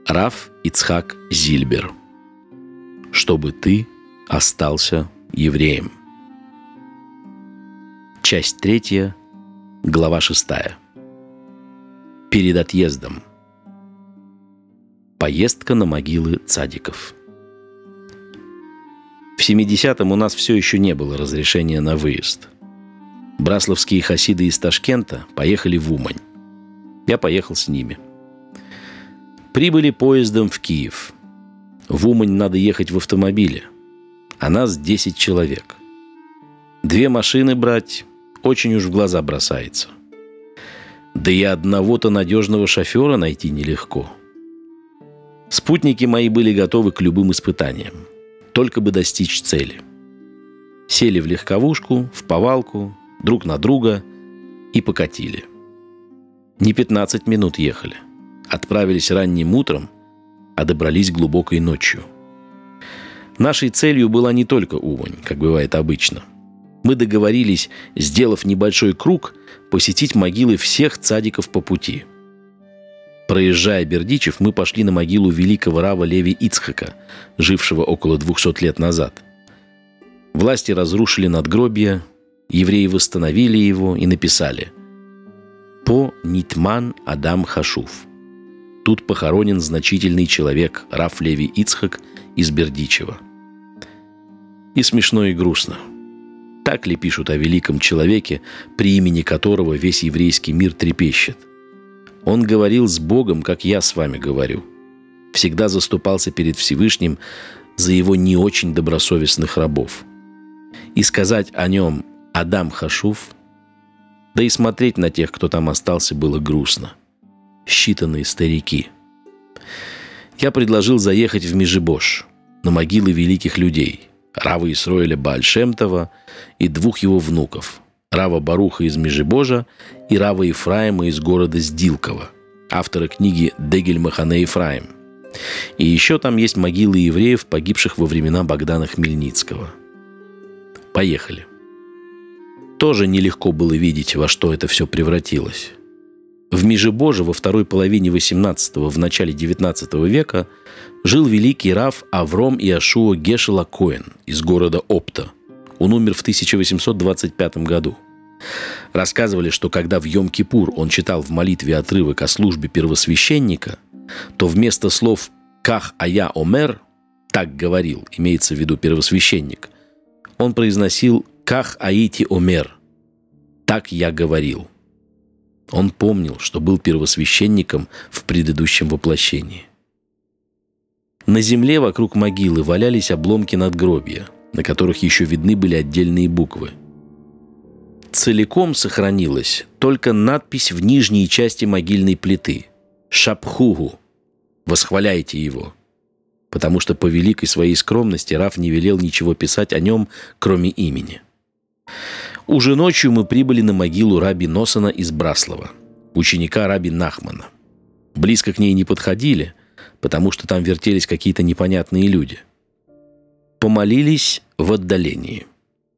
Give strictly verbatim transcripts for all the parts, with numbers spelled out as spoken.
Рав Ицхак Зильбер. Чтобы ты остался евреем. Часть третья, глава шестая. Перед отъездом. Поездка на могилы цадиков. В семидесятом у нас все еще не было разрешения на выезд. Брасловские хасиды из Ташкента поехали в Умань. Я поехал с ними. Прибыли поездом в Киев. В Умань надо ехать в автомобиле, а нас десять человек. Две машины брать очень уж в глаза бросается. Да и одного-то надежного шофера найти нелегко. Спутники мои были готовы к любым испытаниям, только бы достичь цели. Сели в легковушку, в повалку, друг на друга и покатили. Не пятнадцать минут ехали. Отправились ранним утром, а добрались глубокой ночью. Нашей целью была не только Умань, как бывает обычно. Мы договорились, сделав небольшой круг, посетить могилы всех цадиков по пути. Проезжая Бердичев, мы пошли на могилу великого рава Леви Ицхака, жившего около двухсот лет назад. Власти разрушили надгробие, евреи восстановили его и написали: «По Нитман Адам Хашуф». Тут похоронен значительный человек, рав Леви Ицхак из Бердичева. И смешно, и грустно. Так ли пишут о великом человеке, при имени которого весь еврейский мир трепещет? Он говорил с Богом, как я с вами говорю. Всегда заступался перед Всевышним за его не очень добросовестных рабов. И сказать о нем «Адам Хашуф», да и смотреть на тех, кто там остался, было грустно. Считанные старики. Я предложил заехать в Межибош, на могилы великих людей, рава Исроэля Бааль-Шем-Това и двух его внуков, рава Баруха из Межибожа и рава Ефраима из города Сдилково, автора книги «Дегель Махане Ефраим». И еще там есть могилы евреев, погибших во времена Богдана Хмельницкого. Поехали. Тоже нелегко было видеть, во что это все превратилось. В Межибоже во второй половине восемнадцатого, в начале девятнадцатого века жил великий рав Авром Иошуа Гешел ха-Коэн из города Опта. Он умер в тысяча восемьсот двадцать пятом году. Рассказывали, что когда в Йом-Кипур он читал в молитве отрывок о службе первосвященника, то вместо слов «Ках ая омер» — «так говорил», имеется в виду первосвященник, он произносил «Ках аити омер» — «так я говорил». Он помнил, что был первосвященником в предыдущем воплощении. На земле вокруг могилы валялись обломки надгробия, на которых еще видны были отдельные буквы. Целиком сохранилась только надпись в нижней части могильной плиты «Шапхугу» — «Восхваляйте его», потому что по великой своей скромности рав не велел ничего писать о нем, кроме имени. Уже ночью мы прибыли на могилу раби Носона из Браслова, ученика раби Нахмана. Близко к ней не подходили, потому что там вертелись какие-то непонятные люди. Помолились в отдалении.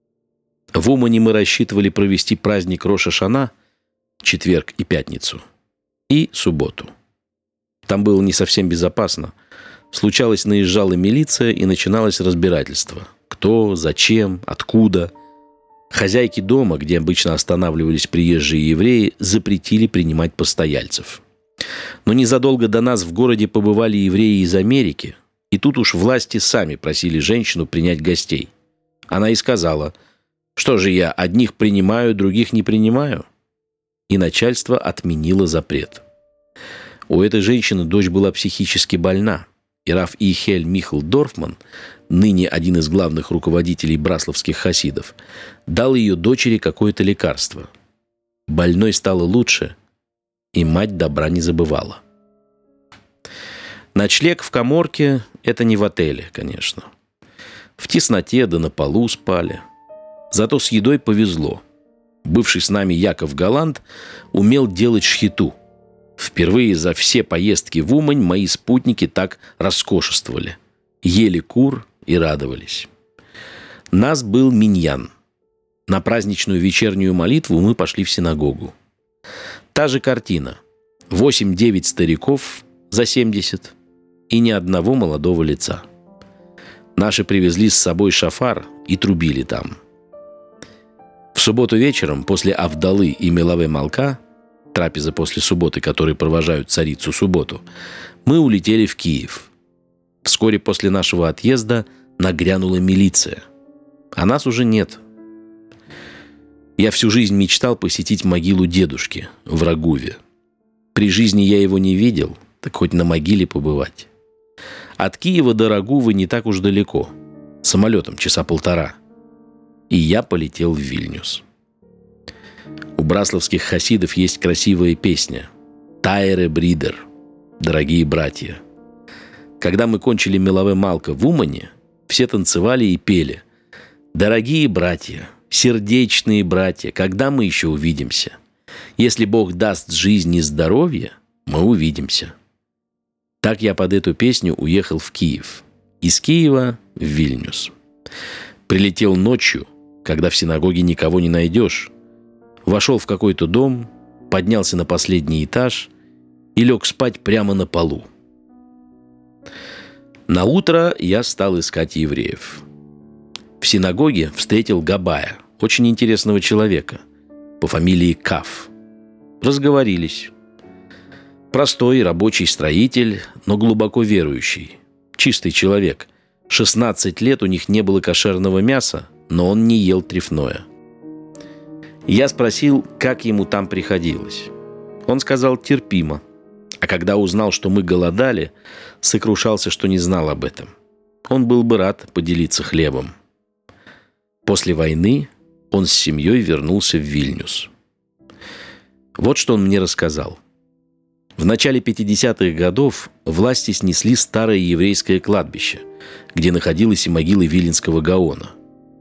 В Умане мы рассчитывали провести праздник Рош-ха-Шана, четверг и пятницу, и субботу. Там было не совсем безопасно. Случалось, наезжала милиция, и начиналось разбирательство. Кто, зачем, откуда. Хозяйки дома, где обычно останавливались приезжие евреи, запретили принимать постояльцев. Но незадолго до нас в городе побывали евреи из Америки, и тут уж власти сами просили женщину принять гостей. Она и сказала: «Что же я, одних принимаю, других не принимаю?» И начальство отменило запрет. У этой женщины дочь была психически больна, и рав Ихель Михл Дорфман, ныне один из главных руководителей брасловских хасидов, дал ее дочери какое-то лекарство. Больной стало лучше, и мать добра не забывала. Ночлег в каморке — это не в отеле, конечно. В тесноте да на полу спали. Зато с едой повезло. Бывший с нами Яков Галант умел делать шхиту. Впервые за все поездки в Умань мои спутники так роскошествовали. Ели кур и радовались. Нас был миньян. На праздничную вечернюю молитву мы пошли в синагогу. Та же картина. Восемь-девять стариков за семьдесят, и ни одного молодого лица. Наши привезли с собой шафар и трубили там. В субботу вечером, после Авдалы и Мелаве Малка, трапезы после субботы, которые провожают царицу субботу, мы улетели в Киев. Вскоре после нашего отъезда нагрянула милиция. А нас уже нет. Я всю жизнь мечтал посетить могилу дедушки в Рагуве. При жизни я его не видел, так хоть на могиле побывать. От Киева до Рагувы не так уж далеко. Самолетом часа полтора. И я полетел в Вильнюс. У браславских хасидов есть красивая песня «Тайре Бридер», «Дорогие братья». Когда мы кончили Мелаве Малка в Умане, все танцевали и пели «Дорогие братья, сердечные братья, когда мы еще увидимся? Если Бог даст жизнь и здоровье, мы увидимся». Так я под эту песню уехал в Киев. Из Киева в Вильнюс. Прилетел ночью, когда в синагоге никого не найдешь. Вошел в какой-то дом, поднялся на последний этаж и лег спать прямо на полу. Наутро я стал искать евреев. В синагоге встретил Габая, очень интересного человека, по фамилии Каф. Разговорились. Простой рабочий строитель, но глубоко верующий. Чистый человек. шестнадцать лет у них не было кошерного мяса, но он не ел трефное. Я спросил, как ему там приходилось. Он сказал, терпимо. А когда узнал, что мы голодали, сокрушался, что не знал об этом. Он был бы рад поделиться хлебом. После войны он с семьей вернулся в Вильнюс. Вот что он мне рассказал. В начале пятидесятых годов власти снесли старое еврейское кладбище, где находилась и могила Виленского Гаона.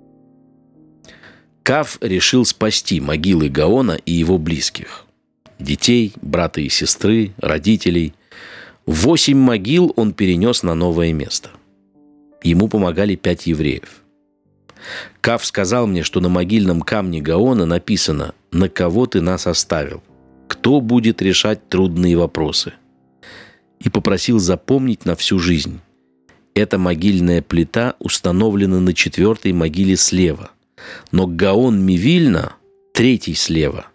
Каф решил спасти могилы Гаона и его близких. Детей, брата и сестры, родителей. Восемь могил он перенес на новое место. Ему помогали пять евреев. Каф сказал мне, что на могильном камне Гаона написано «На кого ты нас оставил? Кто будет решать трудные вопросы?» И попросил запомнить на всю жизнь. Эта могильная плита установлена на четвертой могиле слева, но Гаон Мивильна – третий слева.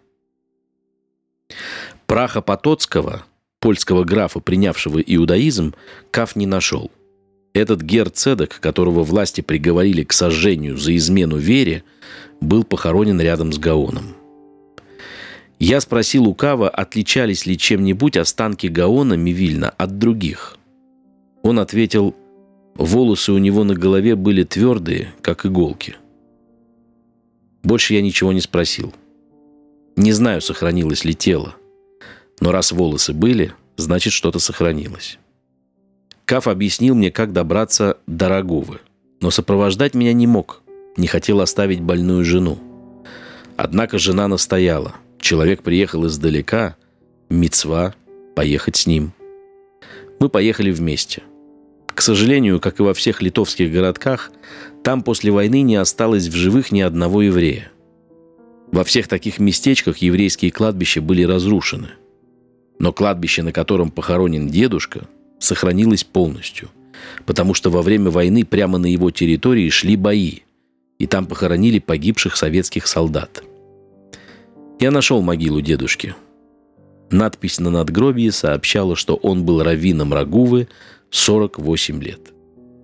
Праха Потоцкого, польского графа, принявшего иудаизм, Каф не нашел. Этот гер Цедек, которого власти приговорили к сожжению за измену вере, был похоронен рядом с Гаоном. Я спросил у Кава, отличались ли чем-нибудь останки Гаона Мивильна от других. Он ответил, волосы у него на голове были твердые, как иголки. Больше я ничего не спросил. Не знаю, сохранилось ли тело. Но раз волосы были, значит, что-то сохранилось. Каф объяснил мне, как добраться до Рагувы, но сопровождать меня не мог, не хотел оставить больную жену. Однако жена настояла. Человек приехал издалека, мицва, поехать с ним. Мы поехали вместе. К сожалению, как и во всех литовских городках, там после войны не осталось в живых ни одного еврея. Во всех таких местечках еврейские кладбища были разрушены. Но кладбище, на котором похоронен дедушка, сохранилось полностью, потому что во время войны прямо на его территории шли бои, и там похоронили погибших советских солдат. Я нашел могилу дедушки. Надпись на надгробии сообщала, что он был раввином Рагувы сорок восемь лет.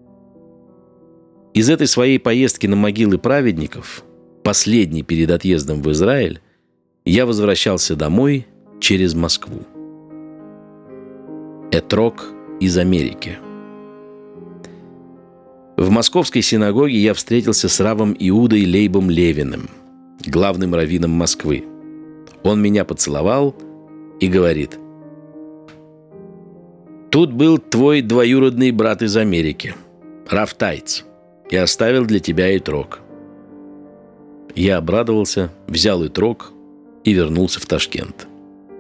Из этой своей поездки на могилы праведников, последней перед отъездом в Израиль, я возвращался домой через Москву. Этрог из Америки. В московской синагоге я встретился с раввом Иудой Лейбом Левиным, главным раввином Москвы. Он меня поцеловал и говорит: «Тут был твой двоюродный брат из Америки, Рав Тайц, и оставил для тебя этрог». Я обрадовался, взял этрог и вернулся в Ташкент.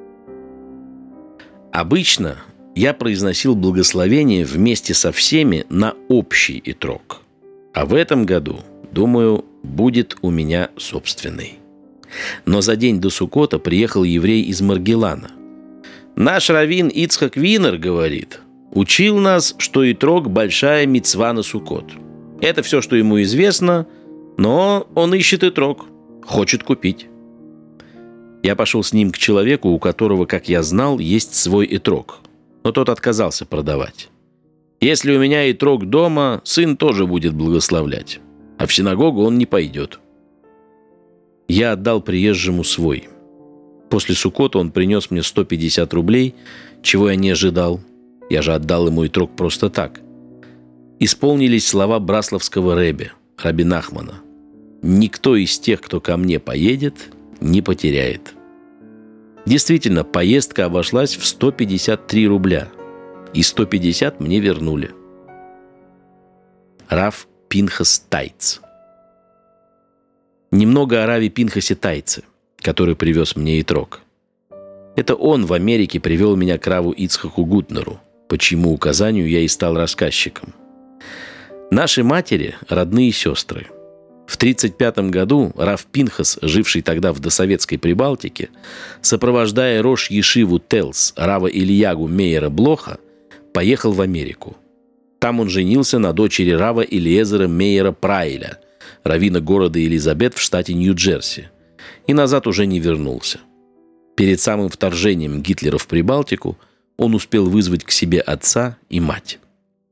Обычно я произносил благословение вместе со всеми на общий этрог, а в этом году, думаю, будет у меня собственный. Но за день до Суккота приехал еврей из Маргелана. «Наш раввин Ицхак Винер говорит, Учил нас, что итрог – большая мицва на Суккот. Это все, что ему известно, но он ищет итрог, хочет купить. Я пошел с ним к человеку, у которого, как я знал, есть свой итрог, но тот отказался продавать. Если у меня итрог дома, сын тоже будет благословлять, а в синагогу он не пойдет. Я отдал приезжему свой. После Суккота он принес мне сто пятьдесят рублей, чего я не ожидал. Я же отдал ему итрог просто так. Исполнились слова брасловского ребе, раби Нахмана. «Никто из тех, кто ко мне поедет, не потеряет». Действительно, поездка обошлась в сто пятьдесят три рубля, и сто пятьдесят мне вернули. Рав Пинхас Тайц. Немного о раве Пинхасе Тайце, который привез мне итрог. Это он в Америке привел меня к раву Ицхаку Гутнеру, по чьему указанию я и стал рассказчиком. Наши матери – родные сестры. В тридцать пятом году рав Пинхас, живший тогда в досоветской Прибалтике, сопровождая рош Ешиву Телс рава Ильягу Мейера Блоха, поехал в Америку. Там он женился на дочери рава Элиезера Мейера Прайля, раввина города Элизабет в штате Нью-Джерси, и назад уже не вернулся. Перед самым вторжением Гитлера в Прибалтику он успел вызвать к себе отца и мать.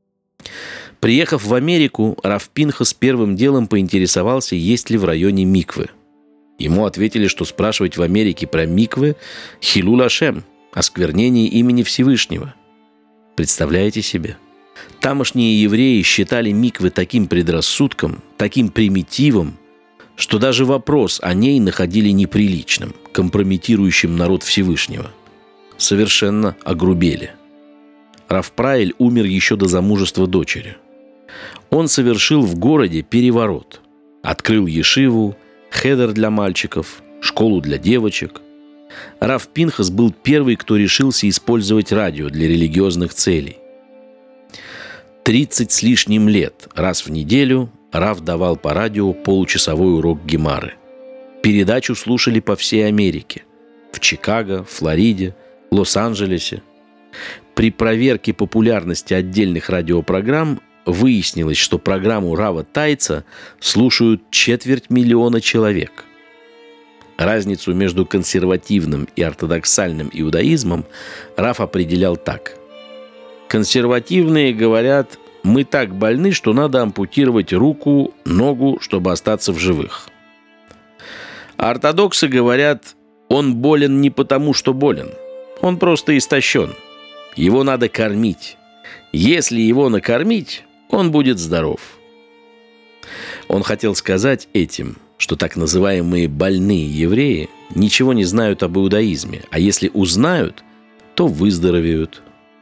Приехав в Америку, рав Пинхас первым делом поинтересовался, есть ли в районе миквы. Ему ответили, что спрашивать в Америке про миквы – хилул ашем, осквернение имени Всевышнего. Представляете себе? Тамошние евреи считали миквы таким предрассудком, таким примитивом, что даже вопрос о ней находили неприличным, компрометирующим народ Всевышнего. Совершенно огрубели. Рав Прайль умер еще до замужества дочери. Он совершил в городе переворот. Открыл ешиву, хедер для мальчиков, школу для девочек. Рав Пинхас был первый, кто решился использовать радио для религиозных целей. Тридцать с лишним лет, раз в неделю, рав давал по радио получасовой урок гемары. Передачу слушали по всей Америке. В Чикаго, Флориде, Лос-Анджелесе. При проверке популярности отдельных радиопрограмм выяснилось, что программу рава Тайца слушают четверть миллиона человек. Разницу между консервативным и ортодоксальным иудаизмом рав определял так. Консервативные говорят: мы так больны, что надо ампутировать руку, ногу, чтобы остаться в живых. А ортодоксы говорят: он болен не потому, что болен. Он просто истощен. Его надо кормить. Если его накормить, он будет здоров. Он хотел сказать этим, что так называемые больные евреи ничего не знают об иудаизме, а если узнают, то выздоровеют.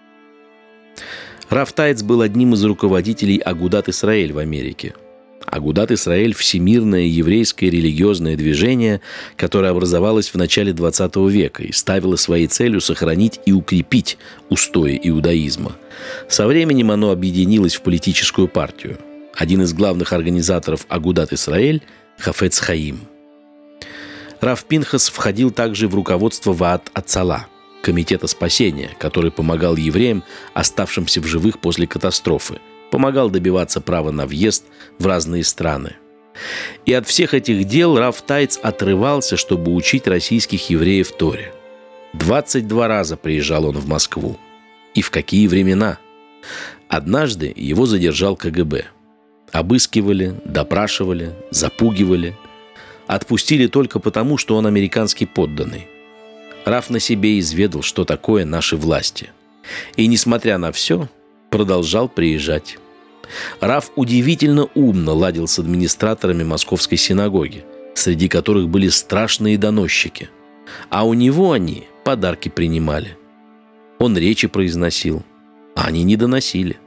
Рав Тайц был одним из руководителей Агудат Исраэль в Америке. Агудат Исраэль – всемирное еврейское религиозное движение, которое образовалось в начале двадцатого века и ставило своей целью сохранить и укрепить устои иудаизма. Со временем оно объединилось в политическую партию. Один из главных организаторов Агудат Исраэль – Хафец Хаим. Рав Пинхас входил также в руководство Ваат Ацала – Комитета спасения, который помогал евреям, оставшимся в живых после катастрофы, помогал добиваться права на въезд в разные страны. И от всех этих дел рав Тайц отрывался, чтобы учить российских евреев Торе. двадцать два раза приезжал он в Москву. И в какие времена? Однажды его задержал ка гэ бэ. Обыскивали, допрашивали, запугивали. Отпустили только потому, что он американский подданный. Рав на себе изведал, что такое наши власти. И, несмотря на все, продолжал приезжать. Рав удивительно умно ладил с администраторами Московской синагоги, среди которых были страшные доносчики. А у него они подарки принимали. Он речи произносил, а они не доносили.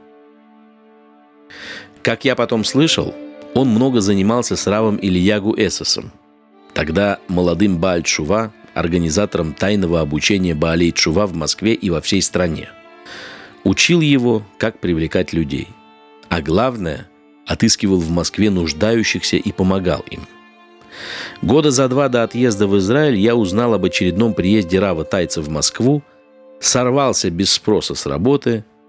Как я потом слышал, он много занимался с равом Ильягу Эсосом, тогда молодым Бааль Тшува, организатором тайного обучения Баалей Тшува в Москве и во всей стране. Учил его, как привлекать людей. А главное, отыскивал в Москве нуждающихся и помогал им. Года за два до отъезда в Израиль я узнал об очередном приезде рава Тайца в Москву, сорвался без спроса с работы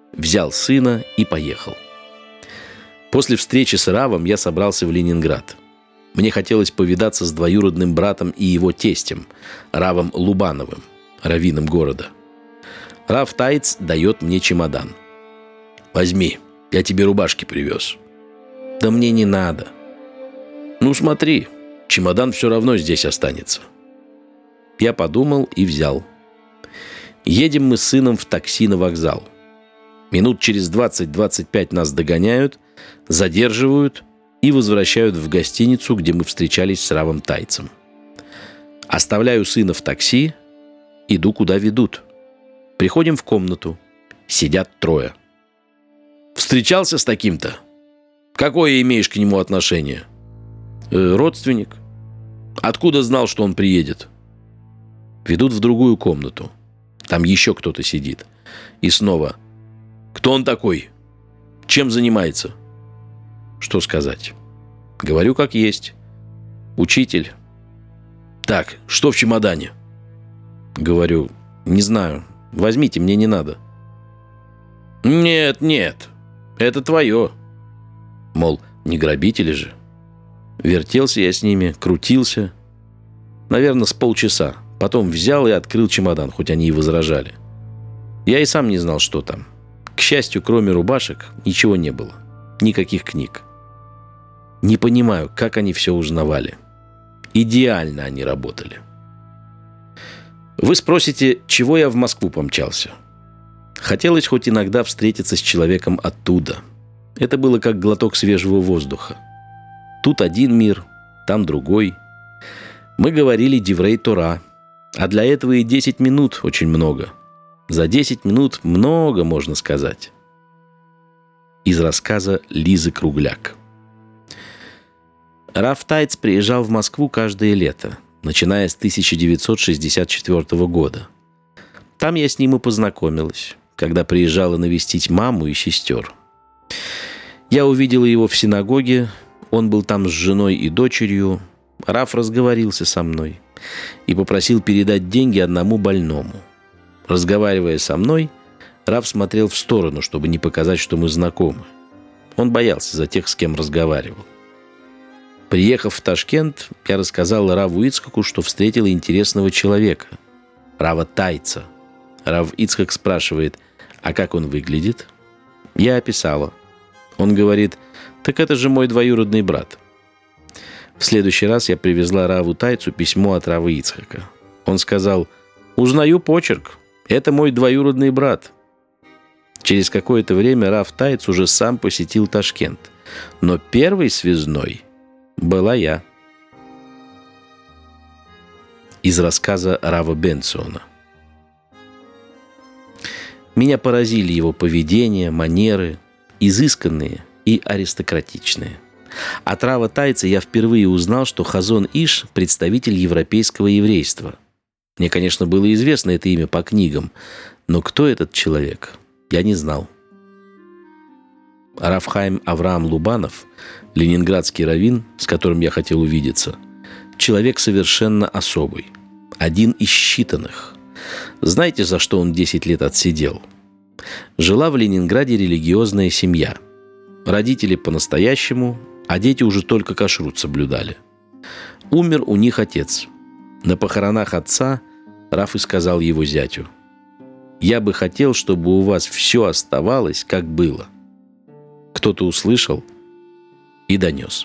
взял сына и поехал. После встречи с Равом я собрался в Ленинград. Мне хотелось повидаться с двоюродным братом и его тестем, Равом Лубановым, раввином города. Рав Тайц дает мне чемодан. «Возьми, я тебе рубашки привез». «Да мне не надо». «Ну смотри, чемодан все равно здесь останется». Я подумал и взял. Едем мы с сыном в такси на вокзал. Минут через двадцать-двадцать пять нас догоняют, задерживают и возвращают в гостиницу, где мы встречались с Равом Тайцем. Оставляю сына в такси, иду, куда ведут. Приходим в комнату. Сидят трое. «Встречался с таким-то? Какое имеешь к нему отношение?» э, «Родственник». «Откуда знал, что он приедет?» Ведут в другую комнату. Там еще кто-то сидит. И снова: «Кто он такой? Чем занимается?» Что сказать? Говорю, как есть. «Учитель». «Так, что в чемодане?» Говорю: «Не знаю. Возьмите, мне не надо». «Нет, нет, это твое». Мол, не грабители же. Вертелся я с ними, крутился. Наверное, с полчаса. Потом взял и открыл чемодан, хоть они и возражали. Я и сам не знал, что там. К счастью, кроме рубашек, ничего не было. Никаких книг. Не понимаю, как они все узнавали. Идеально они работали. Вы спросите, чего я в Москву помчался? Хотелось хоть иногда встретиться с человеком оттуда. Это было как глоток свежего воздуха. Тут один мир, там другой. Мы говорили Деврей Тора, а для этого и десять минут очень много. За десять минут много можно сказать. Из рассказа Лизы Кругляк. Рав Тайц приезжал в Москву каждое лето, начиная с тысяча девятьсот шестьдесят четвёртого года. Там я с ним и познакомилась, когда приезжала навестить маму и сестер. Я увидела его в синагоге, он был там с женой и дочерью. Рав разговорился со мной и попросил передать деньги одному больному. Разговаривая со мной, Рав смотрел в сторону, чтобы не показать, что мы знакомы. Он боялся за тех, с кем разговаривал. Приехав в Ташкент, я рассказал Раву Ицхаку, что встретила интересного человека, Рава Тайца. Рав Ицхак спрашивает: «А как он выглядит?» Я описала. Он говорит: «Так это же мой двоюродный брат». В следующий раз я привезла Раву Тайцу письмо от Рава Ицхака. Он сказал: «Узнаю почерк. Это мой двоюродный брат». Через какое-то время Рав Тайц уже сам посетил Ташкент. Но первой связной была я. Из рассказа Рава Бенциона. Меня поразили его поведение, манеры, изысканные и аристократичные. От Рава Тайца я впервые узнал, что Хазон Иш – представитель европейского еврейства. Мне, конечно, было известно это имя по книгам, но кто этот человек, я не знал. Рав Хаим Авраам Лубанов, ленинградский раввин, с которым я хотел увидеться, человек совершенно особый, один из считанных. Знаете, за что он десять лет отсидел? Жила в Ленинграде религиозная семья. Родители по-настоящему, а дети уже только кашрут соблюдали. Умер у них отец. На похоронах отца Рав и сказал его зятю: «Я бы хотел, чтобы у вас все оставалось, как было». Кто-то услышал и донес.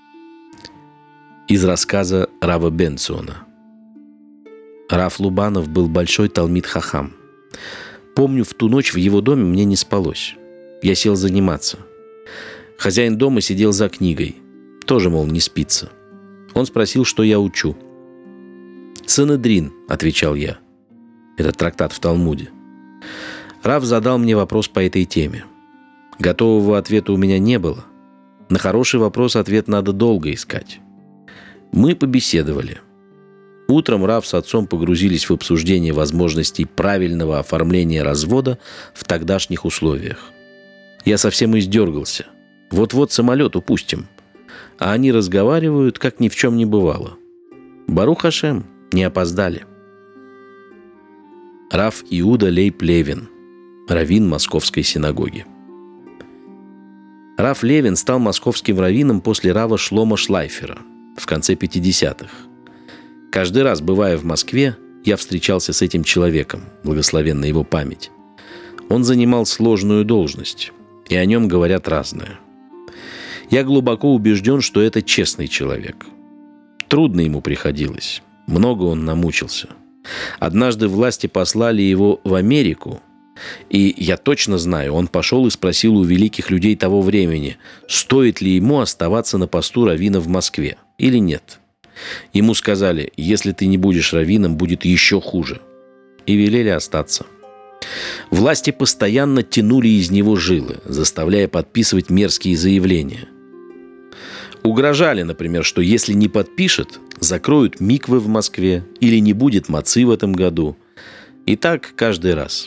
Из рассказа Рава Бенциона. Рав Лубанов был большой талмид хахам. Помню, в ту ночь в его доме мне не спалось. Я сел заниматься. Хозяин дома сидел за книгой. Тоже, мол, не спится. Он спросил, что я учу. «Санедрин», — отвечал я. Это трактат в Талмуде. Рав задал мне вопрос по этой теме. Готового ответа у меня не было. На хороший вопрос ответ надо долго искать. Мы побеседовали. Утром Рав с отцом погрузились в обсуждение возможностей правильного оформления развода в тогдашних условиях. Я совсем издергался. Вот-вот самолет упустим. А они разговаривают, как ни в чем не бывало. Барух Ашем, не опоздали. Рав Иуда Лейб Левин, раввин Московской синагоги. Рав Левин стал московским раввином после рава Шломо Шлайфера в конце пятидесятых. Каждый раз, бывая в Москве, я встречался с этим человеком, благословенна его память. Он занимал сложную должность, и о нем говорят разное. Я глубоко убежден, что это честный человек. Трудно ему приходилось, много он намучился. Однажды власти послали его в Америку, и я точно знаю, он пошел и спросил у великих людей того времени, стоит ли ему оставаться на посту раввина в Москве или нет. Ему сказали, если ты не будешь раввином, будет еще хуже. И велели остаться. Власти постоянно тянули из него жилы, заставляя подписывать мерзкие заявления. Угрожали, например, что если не подпишет, закроют миквы в Москве или не будет мацы в этом году. И так каждый раз.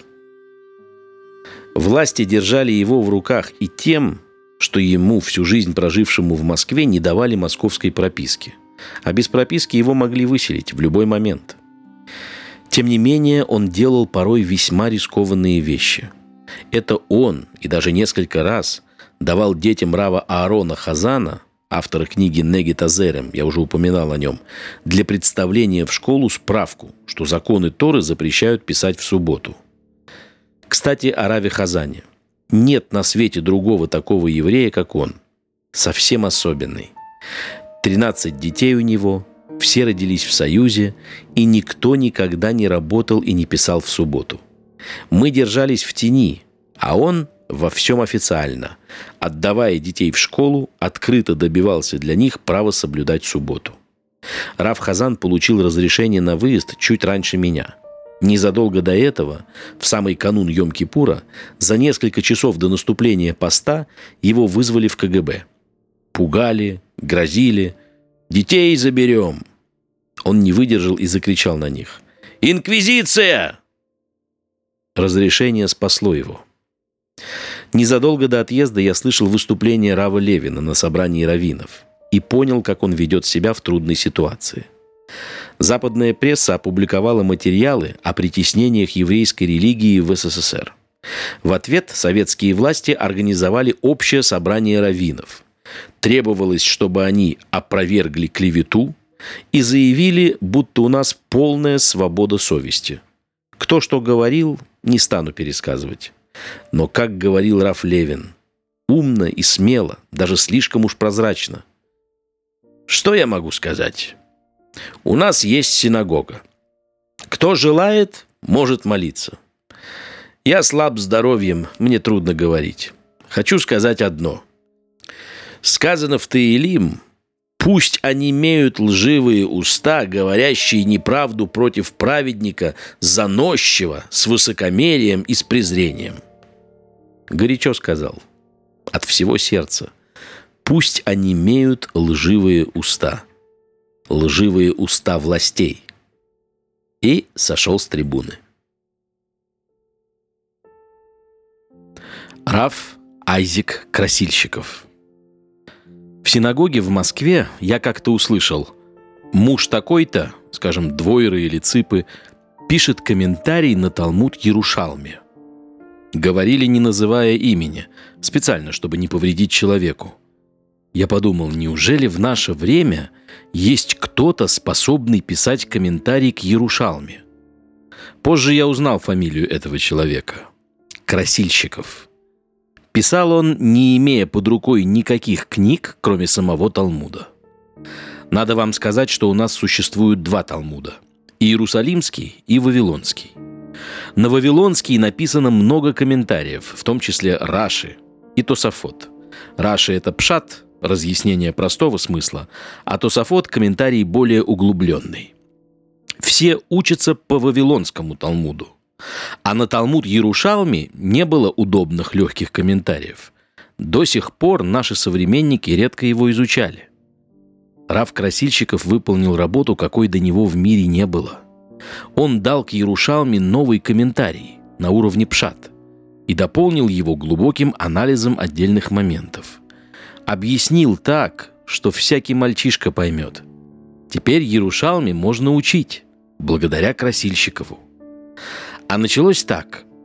Власти держали его в руках и тем, что ему, всю жизнь прожившему в Москве, не давали московской прописки. А без прописки его могли выселить в любой момент. Тем не менее, он делал порой весьма рискованные вещи. Это он, и даже несколько раз, давал детям рава Аарона Хазана, автора книги «Негет Азерем», я уже упоминал о нем, для представления в школу справку, что законы Торы запрещают писать в субботу. Кстати, о раве Хазане. Нет на свете другого такого еврея, как он. Совсем особенный. Тринадцать детей у него, все родились в Союзе, и никто никогда не работал и не писал в субботу. Мы держались в тени, а он во всем официально, отдавая детей в школу, открыто добивался для них права соблюдать субботу. Рав Хазан получил разрешение на выезд чуть раньше меня. Незадолго до этого, в самый канун Йом-Кипура, за несколько часов до наступления поста, его вызвали в ка гэ бэ. Пугали, грозили. «Детей заберем!» Он не выдержал и закричал на них. «Инквизиция!» Разрешение спасло его. Незадолго до отъезда я слышал выступление рава Левина на собрании раввинов и понял, как он ведет себя в трудной ситуации. Западная пресса опубликовала материалы о притеснениях еврейской религии в эс эс эс эр. В ответ советские власти организовали общее собрание раввинов. Требовалось, чтобы они опровергли клевету и заявили, будто у нас полная свобода совести. Кто что говорил, не стану пересказывать. Но, как говорил рав Левин, умно и смело, даже слишком уж прозрачно. Что я могу сказать? У нас есть синагога. Кто желает, может молиться. Я слаб здоровьем, мне трудно говорить. Хочу сказать одно. Сказано в Теилим: «Пусть онемеют лживые уста, говорящие неправду против праведника, заносчивого, с высокомерием и с презрением». Горячо сказал, от всего сердца. Пусть онемеют лживые уста. Лживые уста властей. И сошел с трибуны. Рав Айзек Красильщиков. В синагоге в Москве я как-то услышал: муж такой-то, скажем, Двойры или Ципы, пишет комментарий на Талмуд Ярушалми. Говорили, не называя имени, специально, чтобы не повредить человеку. Я подумал, неужели в наше время есть кто-то, способный писать комментарий к Ярушалме? Позже я узнал фамилию этого человека. Красильщиков. Писал он, не имея под рукой никаких книг, кроме самого Талмуда. Надо вам сказать, что у нас существуют два Талмуда – Иерусалимский и Вавилонский. На Вавилонский написано много комментариев, в том числе Раши и Тосафот. Раши – это пшат, разъяснение простого смысла, а Тосафот – комментарий более углубленный. Все учатся по Вавилонскому Талмуду. А на Талмуд Ярушалми не было удобных легких комментариев. До сих пор наши современники редко его изучали. Рав Красильщиков выполнил работу, какой до него в мире не было. Он дал к Ярушалме новый комментарий на уровне пшат и дополнил его глубоким анализом отдельных моментов. Объяснил так, что всякий мальчишка поймет. Теперь Ярушалме можно учить, благодаря Красильщикову. А началось так.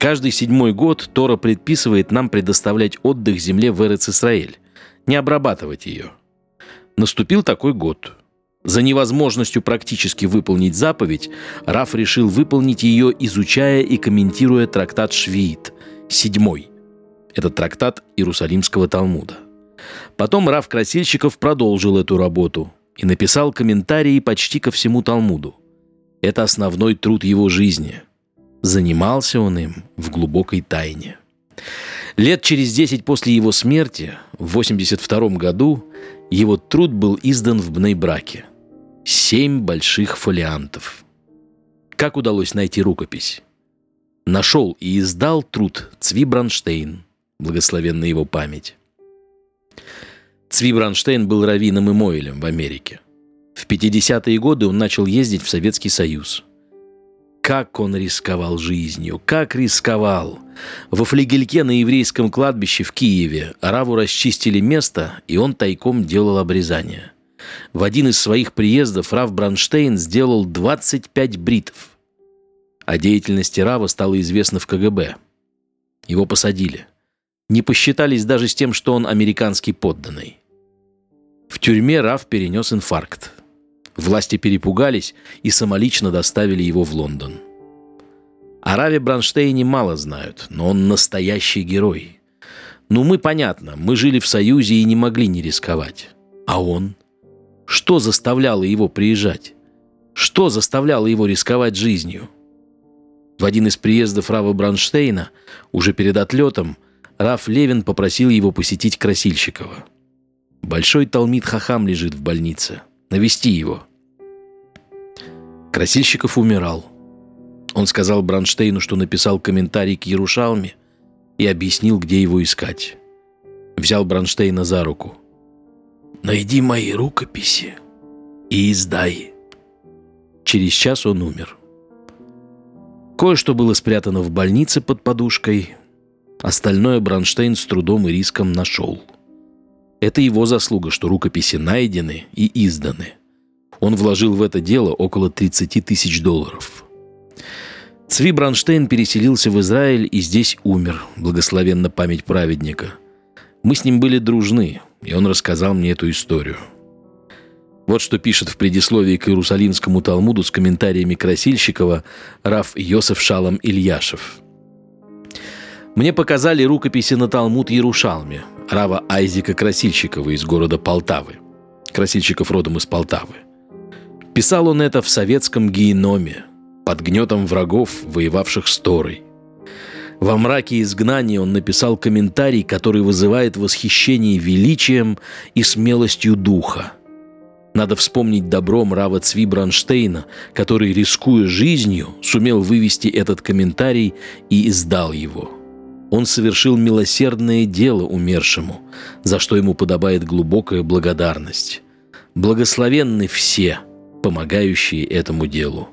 Каждый седьмой год Тора предписывает нам предоставлять отдых земле в Эрец-Исраэль, не обрабатывать ее. Наступил такой год. За невозможностью практически выполнить заповедь, Рав решил выполнить ее, изучая и комментируя трактат Швиит, седьмой. Это трактат Иерусалимского Талмуда. Потом Рав Красильщиков продолжил эту работу и написал комментарии почти ко всему Талмуду. Это основной труд его жизни. Занимался он им в глубокой тайне. Лет через десять после его смерти, в восемьдесят втором году, его труд был издан в Бней-Браке. Семь больших фолиантов. Как удалось найти рукопись? Нашел и издал труд Цви Бронштейн, благословенна его память. Цви Бронштейн был раввином и моэлем в Америке. В пятидесятые годы он начал ездить в Советский Союз. Как он рисковал жизнью, как рисковал! Во флигельке на еврейском кладбище в Киеве Раву расчистили место, и он тайком делал обрезание. В один из своих приездов Рав Бронштейн сделал двадцать пять бритов. О деятельности Рава стало известно в ка гэ бэ. Его посадили. Не посчитались даже с тем, что он американский подданный. В тюрьме Рав перенес инфаркт. Власти перепугались и самолично доставили его в Лондон. О Раве Бронштейне мало знают, но он настоящий герой. Ну, мы, понятно, мы жили в Союзе и не могли не рисковать. А он? Что заставляло его приезжать? Что заставляло его рисковать жизнью? В один из приездов Рава Бронштейна, уже перед отлетом, Рав Левин попросил его посетить Красильщикова. Большой Талмид Хахам лежит в больнице. Навести его. Красильщиков умирал. Он сказал Бронштейну, что написал комментарий к Ярушалме и объяснил, где его искать. Взял Бронштейна за руку. «Найди мои рукописи и издай». Через час он умер. Кое-что было спрятано в больнице под подушкой. Остальное Бронштейн с трудом и риском нашел. Это его заслуга, что рукописи найдены и изданы. Он вложил в это дело около тридцать тысяч долларов. Цви Бронштейн переселился в Израиль и здесь умер, благословенна память праведника. Мы с ним были дружны, и он рассказал мне эту историю. Вот что пишет в предисловии к Иерусалимскому Талмуду с комментариями Красильщикова рав Йосеф Шалом Ильяшев. Мне показали рукописи на Талмуд Ярушалме рава Айзека Красильщикова из города Полтавы. Красильщиков родом из Полтавы. Писал он это в советском геноме, под гнетом врагов, воевавших с Торой. Во мраке изгнания он написал комментарий, который вызывает восхищение величием и смелостью духа. Надо вспомнить добром рава Цви Бронштейна, который, рискуя жизнью, сумел вывести этот комментарий и издал его. Он совершил милосердное дело умершему, за что ему подобает глубокая благодарность. Благословенны все, помогающие этому делу.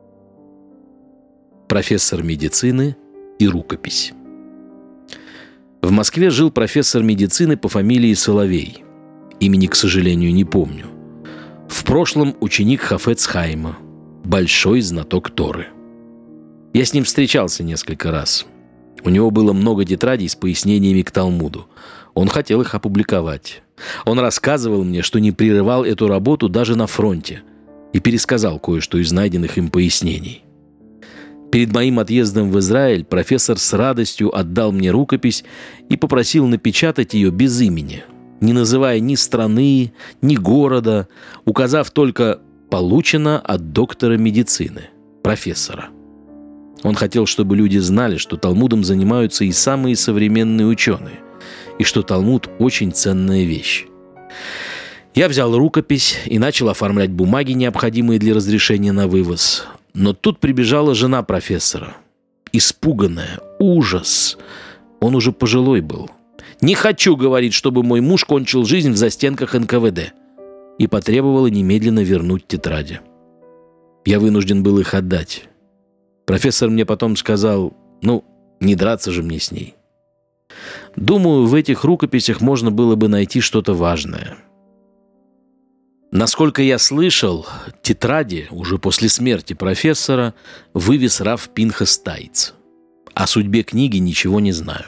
Профессор медицины и рукопись. В Москве жил профессор медицины по фамилии Соловей. Имени, к сожалению, не помню. В прошлом ученик Хафец Хаима, большой знаток Торы. Я с ним встречался несколько раз. У него было много тетрадей с пояснениями к Талмуду. Он хотел их опубликовать. Он рассказывал мне, что не прерывал эту работу даже на фронте, и пересказал кое-что из найденных им пояснений. Перед моим отъездом в Израиль профессор с радостью отдал мне рукопись и попросил напечатать ее без имени, не называя ни страны, ни города, указав только «получено от доктора медицины, профессора». Он хотел, чтобы люди знали, что Талмудом занимаются и самые современные ученые, и что Талмуд – очень ценная вещь. Я взял рукопись и начал оформлять бумаги, необходимые для разрешения на вывоз. Но тут прибежала жена профессора. Испуганная, ужас. Он уже пожилой был. «Не хочу, — говорит, — чтобы мой муж кончил жизнь в застенках эн ка вэ дэ». И потребовала немедленно вернуть тетради. Я вынужден был их отдать. Профессор мне потом сказал, ну, не драться же мне с ней. Думаю, в этих рукописях можно было бы найти что-то важное. Насколько я слышал, тетради уже после смерти профессора вывез рав Пинхас Тайц. О судьбе книги ничего не знаю.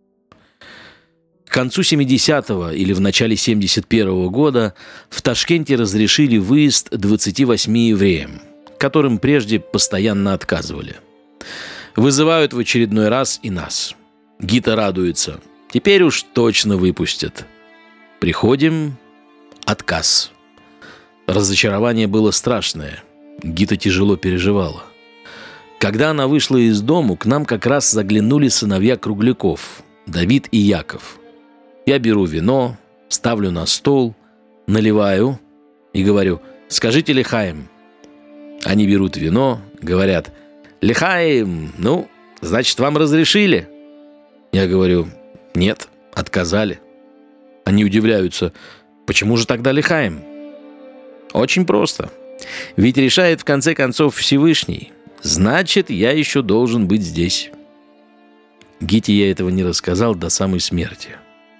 К концу семидесятого или в начале семьдесят первого года в Ташкенте разрешили выезд двадцати восьми евреям, которым прежде постоянно отказывали. Вызывают в очередной раз и нас. Гита радуется. Теперь уж точно выпустят. Приходим. Отказ. Разочарование было страшное. Гита тяжело переживала. Когда она вышла из дому, к нам как раз заглянули сыновья Кругляков, Давид и Яков. Я беру вино, ставлю на стол, наливаю и говорю: «Скажите лихаим». Они берут вино, говорят: «Лихаим, ну, значит, вам разрешили?» Я говорю: «Нет, отказали». Они удивляются: «Почему же тогда лихаим?» Очень просто. Ведь решает в конце концов Всевышний. Значит, я еще должен быть здесь. Гите я этого не рассказал до самой смерти.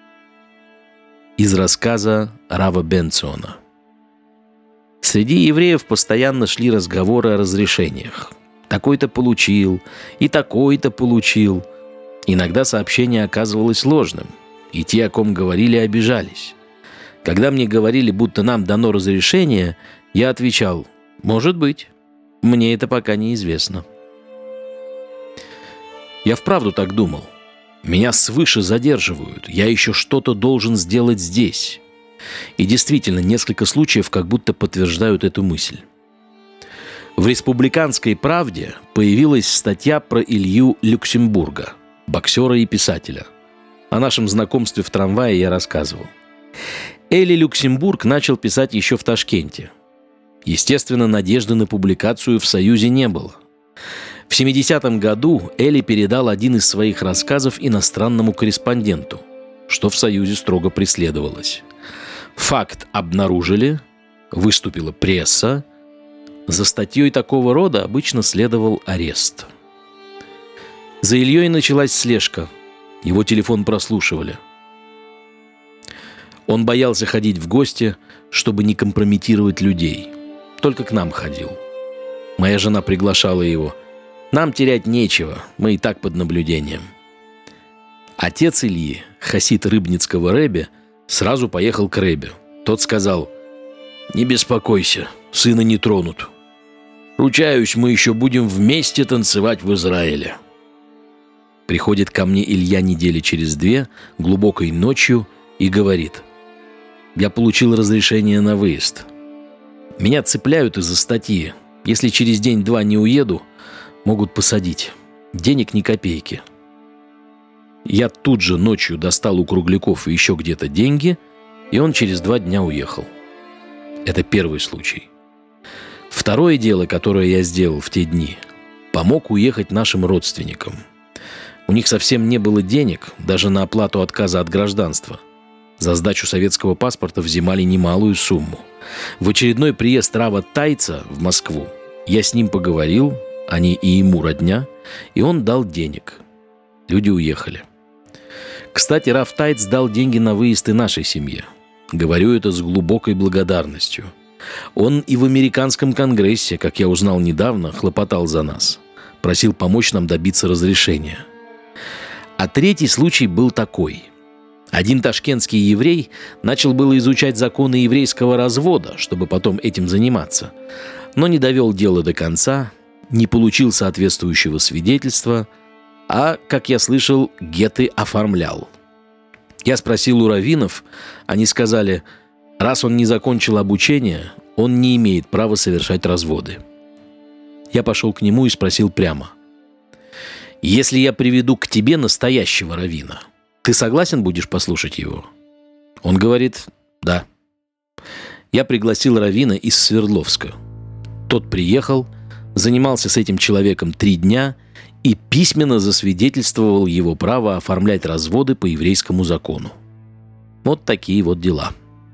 Из рассказа Рава Бенциона. Среди евреев постоянно шли разговоры о разрешениях. Такой-то получил, и такой-то получил. Иногда сообщение оказывалось ложным, и те, о ком говорили, обижались. Когда мне говорили, будто нам дано разрешение, я отвечал: «Может быть, мне это пока неизвестно». Я вправду так думал. Меня свыше задерживают, я еще что-то должен сделать здесь. И действительно, несколько случаев как будто подтверждают эту мысль. В «Республиканской правде» появилась статья про Илью Люксембурга, боксера и писателя. О нашем знакомстве в трамвае я рассказывал. Эли Люксембург начал писать еще в Ташкенте. Естественно, надежды на публикацию в Союзе не было. В семидесятом году Эли передал один из своих рассказов иностранному корреспонденту, что в Союзе строго преследовалось. Факт обнаружили, выступила пресса. За статьей такого рода обычно следовал арест. За Ильей началась слежка. Его телефон прослушивали. Он боялся ходить в гости, чтобы не компрометировать людей. Только к нам ходил. Моя жена приглашала его. Нам терять нечего, мы и так под наблюдением. Отец Ильи, хасид Рыбницкого рэбе, сразу поехал к рэбе. Тот сказал: «Не беспокойся, сына не тронут. Ручаюсь, мы еще будем вместе танцевать в Израиле». Приходит ко мне Илья недели через две, глубокой ночью, и говорит: «Я получил разрешение на выезд. Меня цепляют из-за статьи. Если через день-два не уеду, могут посадить. Денег ни копейки». Я тут же ночью достал у Кругляков и еще где-то деньги, и он через два дня уехал. Это первый случай. Второе дело, которое я сделал в те дни, помог уехать нашим родственникам. У них совсем не было денег даже на оплату отказа от гражданства. За сдачу советского паспорта взимали немалую сумму. В очередной приезд Рава Тайца в Москву я с ним поговорил, они и ему родня, и он дал денег. Люди уехали. Кстати, Рав Тайц дал деньги на выезд и нашей семье. Говорю это с глубокой благодарностью. Он и в американском конгрессе, как я узнал недавно, хлопотал за нас. Просил помочь нам добиться разрешения. А третий случай был такой. Один ташкентский еврей начал было изучать законы еврейского развода, чтобы потом этим заниматься, но не довел дело до конца, не получил соответствующего свидетельства, а, как я слышал, геты оформлял. Я спросил у раввинов, они сказали: раз он не закончил обучение, он не имеет права совершать разводы. Я пошел к нему и спросил прямо: если я приведу к тебе настоящего раввина, ты согласен будешь послушать его? Он говорит: да. Я пригласил раввина из Свердловска. Тот приехал, занимался с этим человеком три дня и письменно засвидетельствовал его право оформлять разводы по еврейскому закону. Вот такие вот дела.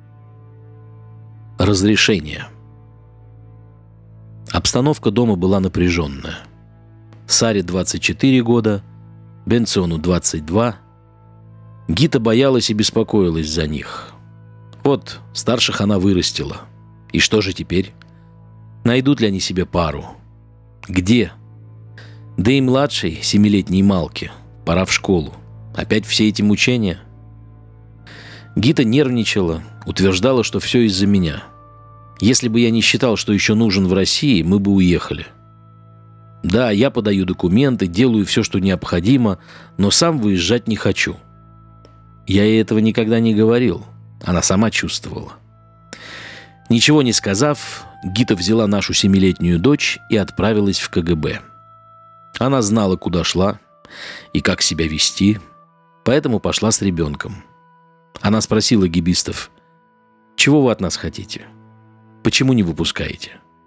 Разрешение. Обстановка дома была напряженная. Саре двадцать четыре года, Бенциону двадцать два. Гита боялась и беспокоилась за них. Вот, старших она вырастила. И что же теперь? Найдут ли они себе пару? Где? Да и младшей, семилетней Малке, пора в школу. Опять все эти мучения. Гита нервничала, утверждала, что все из-за меня. Если бы я не считал, что еще нужен в России, мы бы уехали. Да, я подаю документы, делаю все, что необходимо, но сам выезжать не хочу. Я ей этого никогда не говорил. Она сама чувствовала. Ничего не сказав, Гита взяла нашу семилетнюю дочь и отправилась в ка гэ бэ. Она знала, куда шла и как себя вести, поэтому пошла с ребенком. Она спросила гибистов: «Чего вы от нас хотите? Почему не выпускаете?»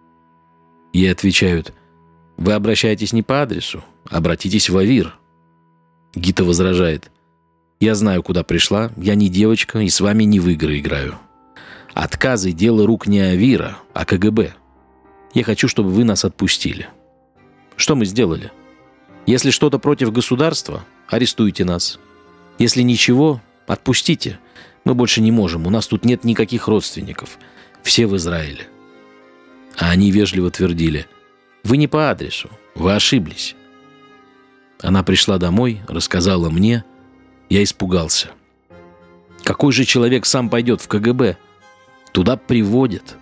Ей отвечают: «Вы обращаетесь не по адресу, обратитесь в АВИР». Гита возражает: «Я знаю, куда пришла, я не девочка и с вами не в игры играю. Отказы – дело рук не АВИРа, а ка гэ бэ. Я хочу, чтобы вы нас отпустили». Что мы сделали? Если что-то против государства, арестуйте нас. Если ничего, отпустите. Мы больше не можем, у нас тут нет никаких родственников. Все в Израиле. А они вежливо твердили: «Вы не по адресу, вы ошиблись». Она пришла домой, рассказала мне. Я испугался. Какой же человек сам пойдет в ка гэ бэ? Туда приводят.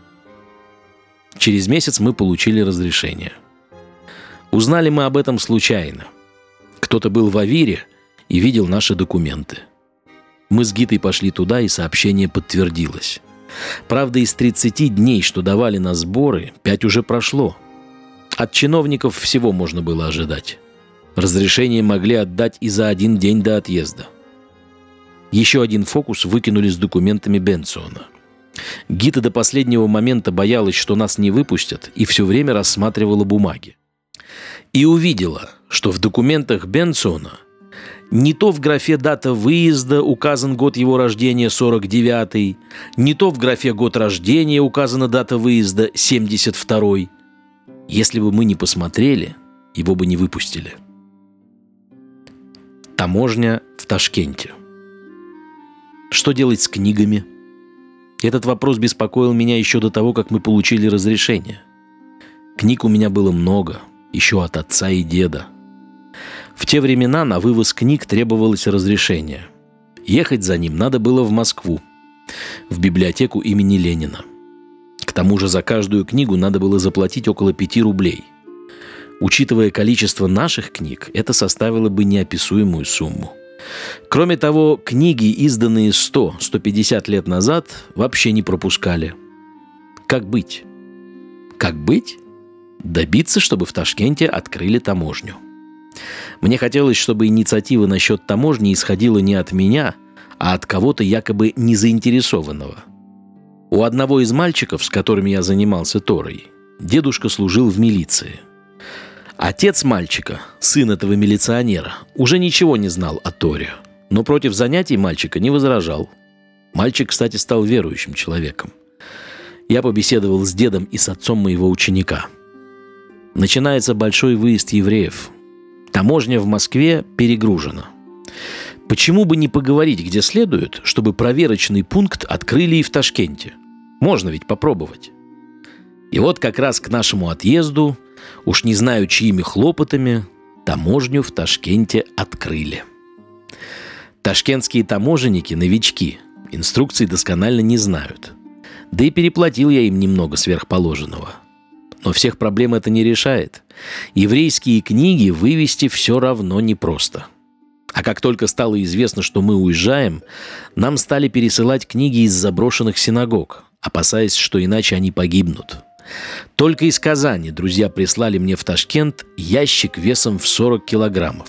Через месяц мы получили разрешение. Узнали мы об этом случайно. Кто-то был в АВИРе и видел наши документы. Мы с Гитой пошли туда, и сообщение подтвердилось. Правда, из тридцати дней, что давали на сборы, пять уже прошло. От чиновников всего можно было ожидать. Разрешение могли отдать и за один день до отъезда. Еще один фокус выкинули с документами Бенциона. Гита до последнего момента боялась, что нас не выпустят, и все время рассматривала бумаги. И увидела, что в документах Бенциона не то в графе «Дата выезда» указан год его рождения сорок девятый, не то в графе «Год рождения» указана дата выезда семьдесят второй. Если бы мы не посмотрели, его бы не выпустили. Таможня в Ташкенте. Что делать с книгами? Этот вопрос беспокоил меня еще до того, как мы получили разрешение. Книг у меня было много, еще от отца и деда. В те времена на вывоз книг требовалось разрешение. Ехать за ним надо было в Москву, в библиотеку имени Ленина. К тому же за каждую книгу надо было заплатить около пяти рублей. Учитывая количество наших книг, это составило бы неописуемую сумму. Кроме того, книги, изданные сто - сто пятьдесят лет назад, вообще не пропускали. Как быть? Как быть? Добиться, чтобы в Ташкенте открыли таможню. Мне хотелось, чтобы инициатива насчет таможни исходила не от меня, а от кого-то якобы незаинтересованного. У одного из мальчиков, с которыми я занимался Торой, дедушка служил в милиции. Отец мальчика, сын этого милиционера, уже ничего не знал о Торе, но против занятий мальчика не возражал. Мальчик, кстати, стал верующим человеком. Я побеседовал с дедом и с отцом моего ученика. Начинается большой выезд евреев. Таможня в Москве перегружена. Почему бы не поговорить где следует, чтобы проверочный пункт открыли и в Ташкенте? Можно ведь попробовать. И вот как раз к нашему отъезду, уж не знаю чьими хлопотами, таможню в Ташкенте открыли. Ташкентские таможенники – новички, инструкции досконально не знают. Да и переплатил я им немного сверхположенного. Но всех проблем это не решает. Еврейские книги вывести все равно непросто. А как только стало известно, что мы уезжаем, нам стали пересылать книги из заброшенных синагог, опасаясь, что иначе они погибнут. Только из Казани друзья прислали мне в Ташкент ящик весом в сорок килограммов.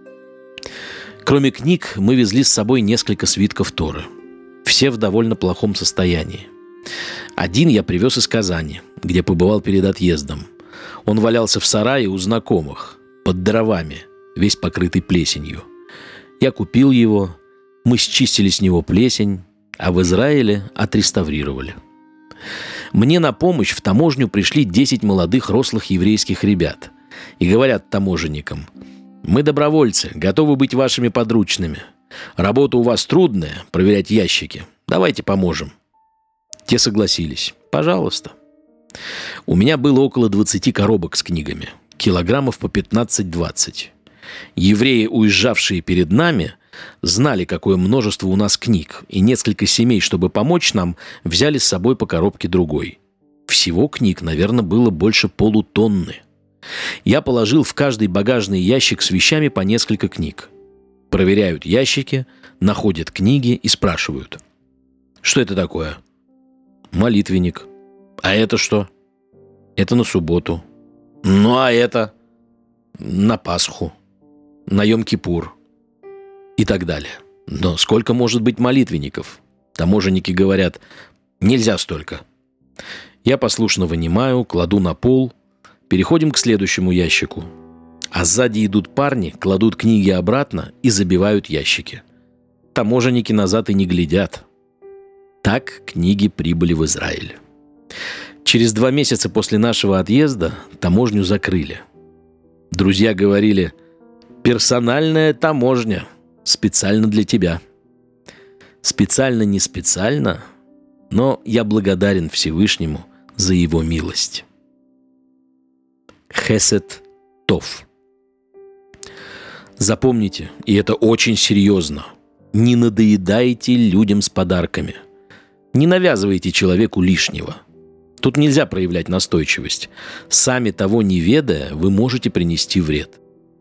Кроме книг, мы везли с собой несколько свитков Торы. Все в довольно плохом состоянии. Один я привез из Казани, где побывал перед отъездом. Он валялся в сарае у знакомых, под дровами, весь покрытый плесенью. Я купил его, мы счистили с него плесень, а в Израиле отреставрировали. Мне на помощь в таможню пришли десять молодых рослых еврейских ребят и говорят таможенникам: «Мы добровольцы, готовы быть вашими подручными. Работа у вас трудная, проверять ящики. Давайте поможем». Те согласились. Пожалуйста. У меня было около двадцати коробок с книгами. килограммов по пятнадцать-двадцать. Евреи, уезжавшие перед нами, знали, какое множество у нас книг, и несколько семей, чтобы помочь нам, взяли с собой по коробке другой. Всего книг, наверное, было больше полутонны. Я положил в каждый багажный ящик с вещами по несколько книг. Проверяют ящики, находят книги и спрашивают: «Что это такое?» «Молитвенник». «А это что?» «Это на субботу». «Ну, а это?» «На Пасху». «На Йом-Кипур». И так далее. Но сколько может быть молитвенников? Таможенники говорят: «Нельзя столько». Я послушно вынимаю, кладу на пол. Переходим к следующему ящику. А сзади идут парни, кладут книги обратно и забивают ящики. Таможенники назад и не глядят. Так книги прибыли в Израиль. Через два месяца после нашего отъезда таможню закрыли. Друзья говорили: «Персональная таможня. Специально для тебя». Специально, не специально, но я благодарен Всевышнему за его милость. Хесед Тов. Запомните, и это очень серьезно, не надоедайте людям с подарками. Не навязывайте человеку лишнего. Тут нельзя проявлять настойчивость. Сами того не ведая, вы можете принести вред.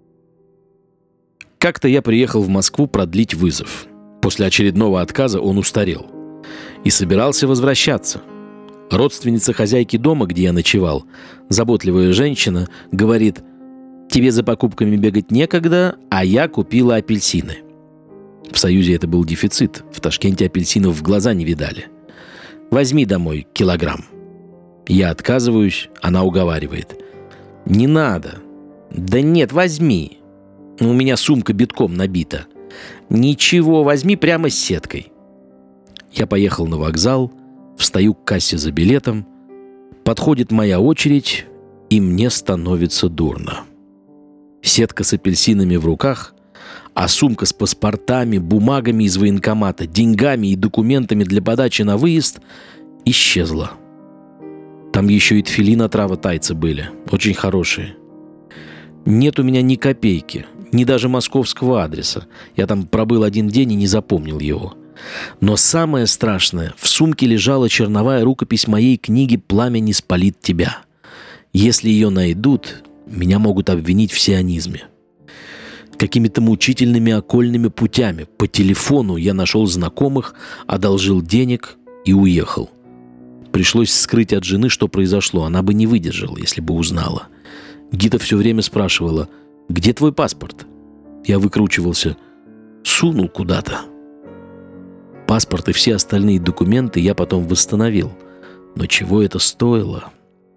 Как-то я приехал в Москву продлить вызов. После очередного отказа он устарел. И собирался возвращаться. Родственница хозяйки дома, где я ночевал, заботливая женщина, говорит: «Тебе за покупками бегать некогда, а я купила апельсины». В Союзе это был дефицит. В Ташкенте апельсинов в глаза не видали. «Возьми домой килограмм». Я отказываюсь, она уговаривает: «Не надо». «Да нет, возьми. У меня сумка битком набита». «Ничего, возьми прямо с сеткой». Я поехал на вокзал, встаю к кассе за билетом, подходит моя очередь, и мне становится дурно. Сетка с апельсинами в руках, а сумка с паспортами, бумагами из военкомата, деньгами и документами для подачи на выезд исчезла. Там еще и тфилин от Рава Тайца были, очень хорошие. Нет у меня ни копейки, ни даже московского адреса. Я там пробыл один день и не запомнил его. Но самое страшное, в сумке лежала черновая рукопись моей книги «Пламя не спалит тебя». Если ее найдут, меня могут обвинить в сионизме. Какими-то мучительными окольными путями по телефону я нашел знакомых, одолжил денег и уехал. Пришлось скрыть от жены, что произошло. Она бы не выдержала, если бы узнала. Гита все время спрашивала: «Где твой паспорт?» Я выкручивался: «Сунул куда-то». Паспорт и все остальные документы я потом восстановил. Но чего это стоило?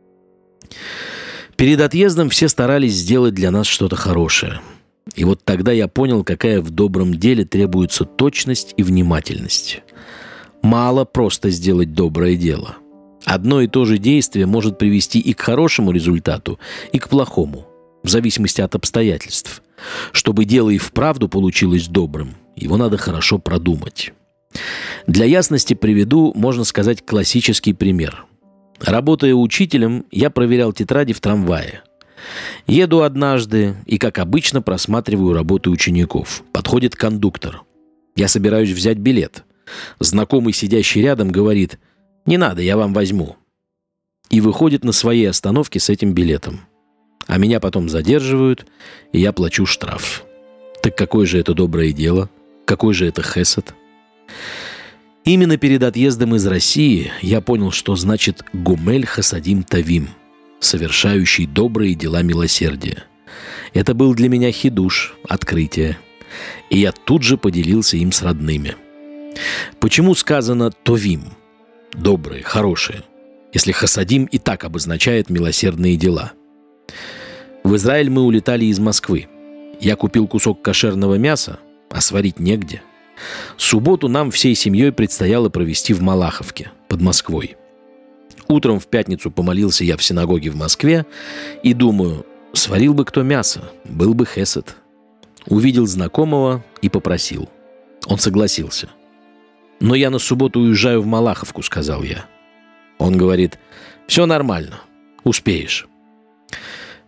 Перед отъездом все старались сделать для нас что-то хорошее. И вот тогда я понял, какая в добром деле требуется точность и внимательность. Мало просто сделать доброе дело. Одно и то же действие может привести и к хорошему результату, и к плохому, в зависимости от обстоятельств. Чтобы дело и вправду получилось добрым, его надо хорошо продумать. Для ясности приведу, можно сказать, классический пример. Работая учителем, я проверял тетради в трамвае. Еду однажды и, как обычно, просматриваю работы учеников. Подходит кондуктор. Я собираюсь взять билет. Знакомый, сидящий рядом, говорит: «Не надо, я вам возьму». И выходит на своей остановке с этим билетом. А меня потом задерживают, и я плачу штраф. Так какое же это доброе дело? Какой же это хесед? Именно перед отъездом из России я понял, что значит «гумель хасадим тавим», совершающий добрые дела милосердия. Это был для меня хидуш, открытие. И я тут же поделился им с родными. Почему сказано «товим» – добрые, хорошие, если хасадим и так обозначает милосердные дела? В Израиль мы улетали из Москвы. Я купил кусок кошерного мяса, а сварить негде. Субботу нам всей семьей предстояло провести в Малаховке, под Москвой. Утром в пятницу помолился я в синагоге в Москве и думаю, сварил бы кто мясо, был бы хесед. Увидел знакомого и попросил. Он согласился. «Но я на субботу уезжаю в Малаховку», — сказал я. Он говорит: «Все нормально, успеешь».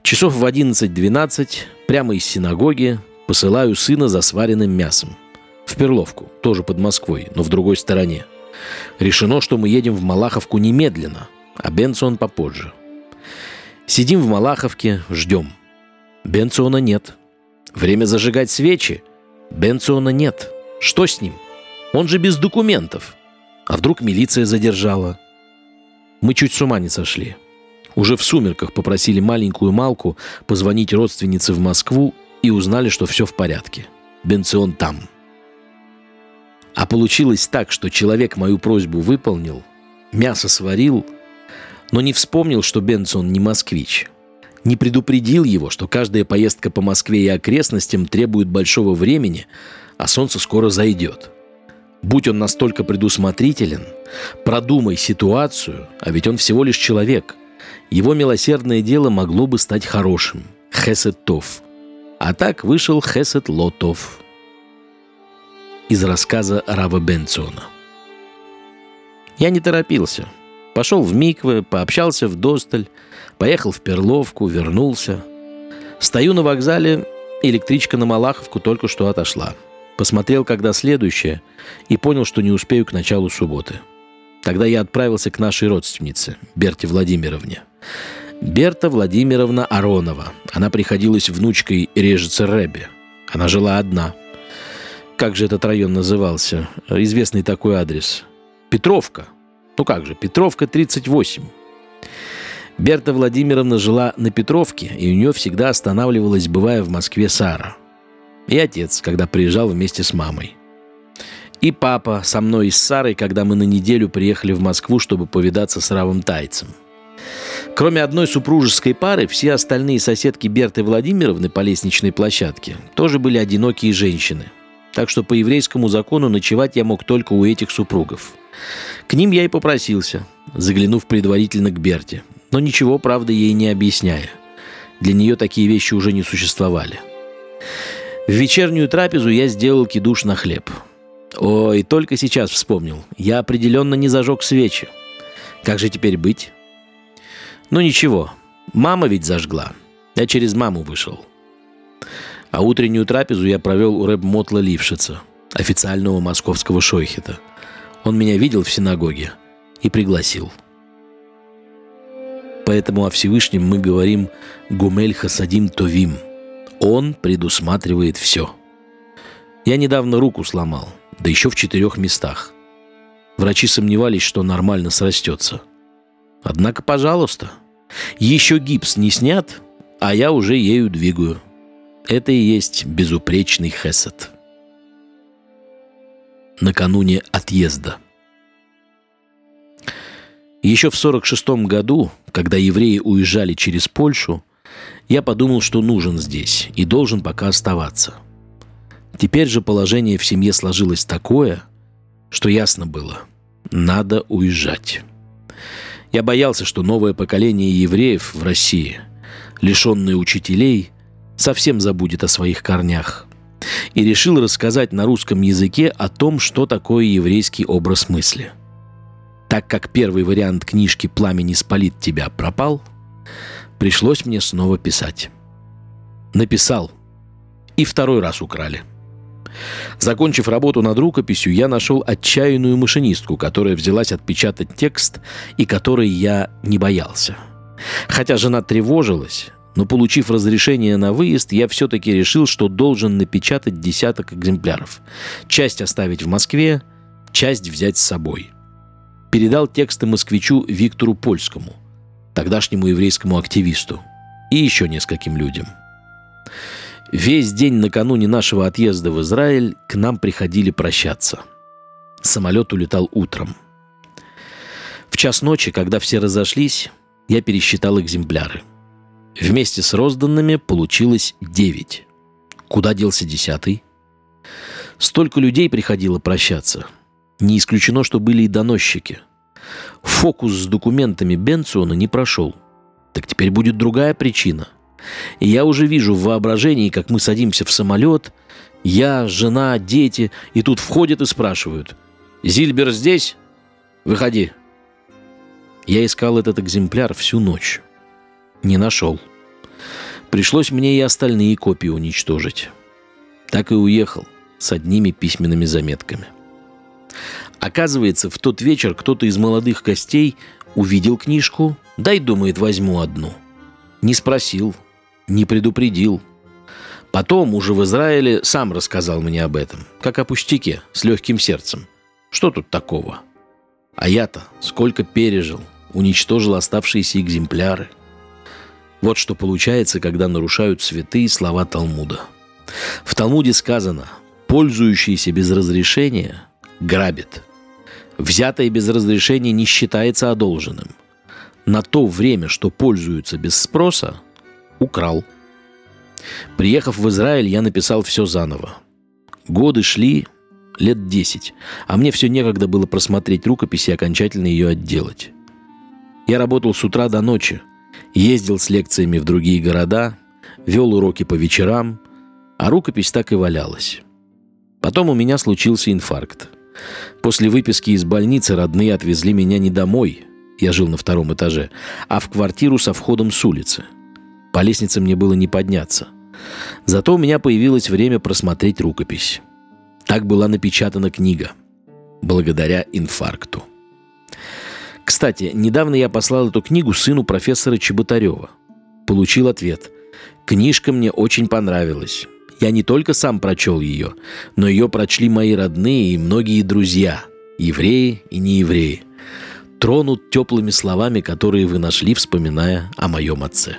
Часов в одиннадцать-двенадцать прямо из синагоги посылаю сына за сваренным мясом. В Перловку, тоже под Москвой, но в другой стороне. Решено, что мы едем в Малаховку немедленно, а Бенцион попозже. Сидим в Малаховке, ждем. Бенциона нет. Время зажигать свечи. Бенциона нет. Что с ним? Он же без документов. А вдруг милиция задержала? Мы чуть с ума не сошли. Уже в сумерках попросили маленькую Малку позвонить родственнице в Москву и узнали, что все в порядке. Бенцион там. А получилось так, что человек мою просьбу выполнил, мясо сварил, но не вспомнил, что Бенцион не москвич. Не предупредил его, что каждая поездка по Москве и окрестностям требует большого времени, а солнце скоро зайдет. Будь он настолько предусмотрителен, продумай ситуацию, а ведь он всего лишь человек. Его милосердное дело могло бы стать хорошим. Хесед тов. А так вышел хесед ло тов. Из рассказа Рава Бенциона. Я не торопился. Пошел в микве, пообщался вдосталь, поехал в Перловку, вернулся. Стою на вокзале, электричка на Малаховку только что отошла. Посмотрел, когда следующая, и понял, что не успею к началу субботы. Тогда я отправился к нашей родственнице, Берте Владимировне. Берта Владимировна Аронова. Она приходилась внучкой Режица Ребе. Она жила одна. Как же этот район назывался? Известный такой адрес. Петровка. Ну как же, Петровка, тридцать восемь. Берта Владимировна жила на Петровке, и у нее всегда останавливалась, бывая в Москве, Сара. И отец, когда приезжал вместе с мамой. И папа со мной и с Сарой, когда мы на неделю приехали в Москву, чтобы повидаться с Равом Тайцем. Кроме одной супружеской пары, все остальные соседки Берты Владимировны по лестничной площадке тоже были одинокие женщины. Так что по еврейскому закону ночевать я мог только у этих супругов. К ним я и попросился, заглянув предварительно к Берте. Но ничего, правда, ей не объясняя. Для нее такие вещи уже не существовали. В вечернюю трапезу я сделал кидуш на хлеб. Ой, только сейчас вспомнил. Я определенно не зажег свечи. Как же теперь быть? Ну ничего, мама ведь зажгла. Я через маму вышел. А утреннюю трапезу я провел у рэб Мотла Лившица, официального московского шойхета. Он меня видел в синагоге и пригласил. Поэтому о Всевышнем мы говорим «Гумель хасадим товим». Он предусматривает все. Я недавно руку сломал, да еще в четырех местах. Врачи сомневались, что нормально срастется. Однако, пожалуйста, еще гипс не снят, а я уже ею двигаю. Это и есть безупречный хесед. Накануне отъезда. Еще в сорок шестом году, когда евреи уезжали через Польшу, я подумал, что нужен здесь и должен пока оставаться. Теперь же положение в семье сложилось такое, что ясно было – надо уезжать. Я боялся, что новое поколение евреев в России, лишенное учителей, совсем забудет о своих корнях, и решил рассказать на русском языке о том, что такое еврейский образ мысли. Так как первый вариант книжки «Пламя не спалит тебя» пропал, пришлось мне снова писать. Написал. И второй раз украли. Закончив работу над рукописью, я нашел отчаянную машинистку, которая взялась отпечатать текст и которой я не боялся. Хотя жена тревожилась, но, получив разрешение на выезд, я все-таки решил, что должен напечатать десяток экземпляров. Часть оставить в Москве, часть взять с собой. Передал тексты москвичу Виктору Польскому, тогдашнему еврейскому активисту, и еще нескольким людям. Весь день накануне нашего отъезда в Израиль к нам приходили прощаться. Самолет улетал утром. В час ночи, когда все разошлись, я пересчитал экземпляры. Вместе с розданными получилось девять. Куда делся десятый? Столько людей приходило прощаться. Не исключено, что были и доносчики. Фокус с документами Бенциона не прошел. Так теперь будет другая причина. И я уже вижу в воображении, как мы садимся в самолет, я, жена, дети, и тут входят и спрашивают: «Зильбер здесь? Выходи». Я искал этот экземпляр всю ночь. Не нашел. Пришлось мне и остальные копии уничтожить. Так и уехал с одними письменными заметками. Оказывается, в тот вечер кто-то из молодых гостей увидел книжку, дай, думает, возьму одну. Не спросил, не предупредил. Потом, уже в Израиле, сам рассказал мне об этом, как о пустяке, с легким сердцем. Что тут такого? А я-то сколько пережил, уничтожил оставшиеся экземпляры. Вот что получается, когда нарушают святые слова Талмуда. В Талмуде сказано: пользующийся без разрешения грабит. Взятое без разрешения не считается одолженным. На то время, что пользуются без спроса, украл. Приехав в Израиль, я написал все заново. Годы шли, лет десять, а мне все некогда было просмотреть рукопись и окончательно ее отделать. Я работал с утра до ночи, ездил с лекциями в другие города, вел уроки по вечерам, а рукопись так и валялась. Потом у меня случился инфаркт. После выписки из больницы родные отвезли меня не домой, я жил на втором этаже, а в квартиру со входом с улицы. По лестнице мне было не подняться. Зато у меня появилось время просмотреть рукопись. Так была напечатана книга. Благодаря инфаркту. Кстати, недавно я послал эту книгу сыну профессора Чеботарева. Получил ответ. Книжка мне очень понравилась. Я не только сам прочел ее, но ее прочли мои родные и многие друзья, евреи и неевреи. Тронут теплыми словами, которые вы нашли, вспоминая о моем отце.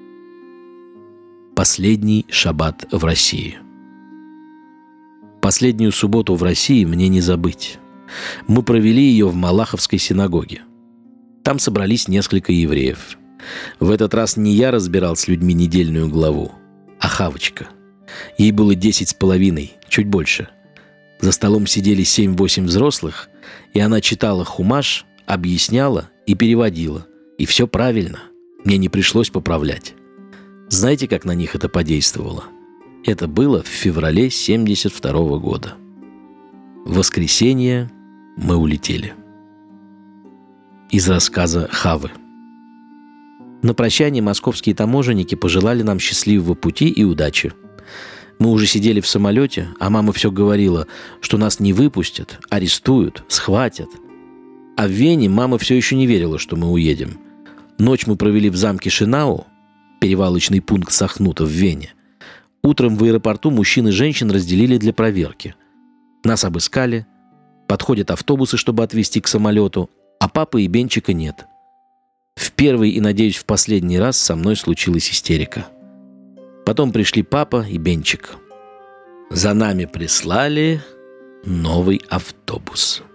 Последний шаббат в России. Последнюю субботу в России мне не забыть. Мы провели ее в Малаховской синагоге. Там собрались несколько евреев. В этот раз не я разбирал с людьми недельную главу, а Хавочка. Ей было десять с половиной, чуть больше. За столом сидели семь-восемь взрослых, и она читала хумаш, объясняла и переводила. И все правильно. Мне не пришлось поправлять. Знаете, как на них это подействовало? Это было в феврале семьдесят второго года. В воскресенье мы улетели. Из рассказа Хавы. На прощание московские таможенники пожелали нам счастливого пути и удачи. Мы уже сидели в самолете, а мама все говорила, что нас не выпустят, арестуют, схватят. А в Вене мама все еще не верила, что мы уедем. Ночь мы провели в замке Шинау, перевалочный пункт Сахнута в Вене. Утром в аэропорту мужчин и женщин разделили для проверки. Нас обыскали, подходят автобусы, чтобы отвезти к самолету, а папы и Бенчика нет. В первый и, надеюсь, в последний раз со мной случилась истерика. Потом пришли папа и Бенчик. За нами прислали новый автобус.